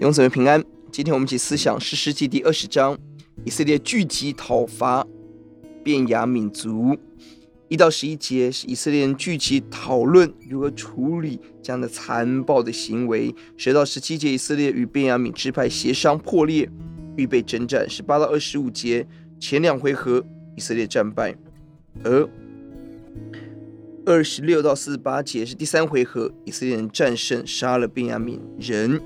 兄姊妹平安。今天我们一起思想士师记第20章，以色列聚集讨伐便雅悯族。1到11节是以色列人聚集讨论如何处理这样的残暴的行为。10到17节，以色列与便雅悯支派协商破裂，预备征战。18到25节，前2回合以色列战败，而26到48节是第3回合，以色列人战胜，杀了便雅悯人。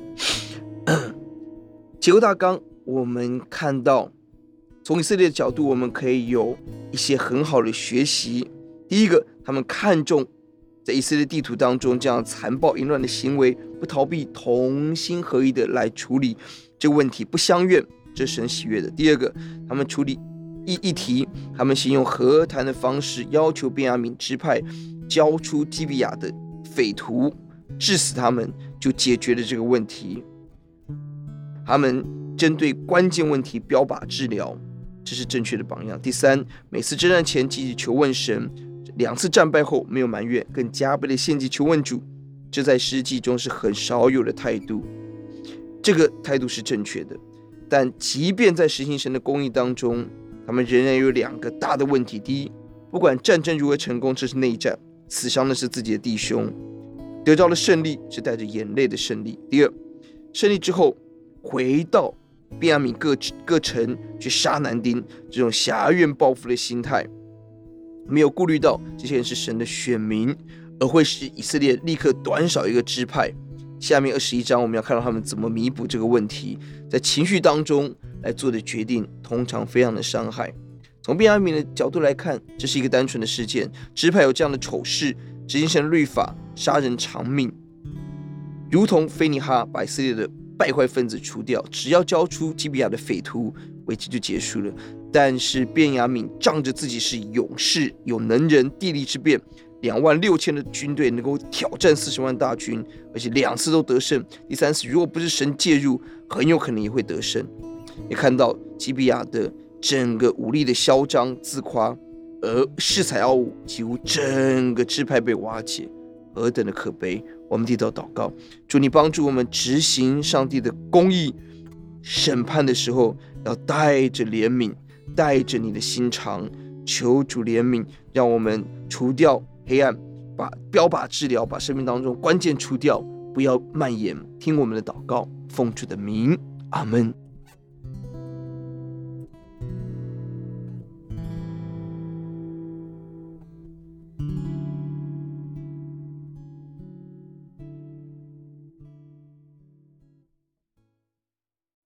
结构大纲，我们看到从以色列的角度，我们可以有一些很好的学习。第一个，他们看重在以色列地图当中这样残暴淫乱的行为，不逃避，同心合一的来处理这个问题，不相怨，这是神喜悦的。第二个，他们处理议题，他们先用和谈的方式要求便雅悯支派交出基比亚的匪徒，治死他们，就解决了这个问题。他们针对关键问题标靶治疗，这是正确的榜样。第三，每次征战前积极求问神，2次战败后没有埋怨，更加倍的献祭求问主，这在诗记中是很少有的态度。这个态度是正确的，但即便在实行神的公义当中，他们仍然有2个大的问题。第一，不管战争如何成功，这是内战，死伤的是自己的弟兄，得着了胜利是带着眼泪的胜利。第二，胜利之后回到便雅悯各城去杀男丁，这种侠怨报复的心态，没有顾虑到这些人是神的选民，而会使以色列立刻短少一个支派。下面21章我们要看到他们怎么弥补这个问题，在情绪当中来做的决定，通常非常的伤害。从便雅悯的角度来看，这是一个单纯的事件，支派有这样的丑事，执行神的律法，杀人偿命，如同非尼哈把以色列的败坏分子除掉，只要交出基比亚的匪徒，危机就结束了。但是便雅悯仗着自己是勇士，有能人，地利之便，26000的军队能够挑战40万大军，而且2次都得胜。第3次如果不是神介入，很有可能也会得胜。也看到基比亚的整个武力的嚣张自夸，而恃才傲物，几乎整个支派被瓦解，何等的可悲！我们低头祷告，主你帮助我们执行上帝的公义审判的时候，要带着怜悯，带着你的心肠，求主怜悯，让我们除掉黑暗，把标靶治疗，把生命当中关键除掉，不要蔓延。听我们的祷告，奉主的名，阿们。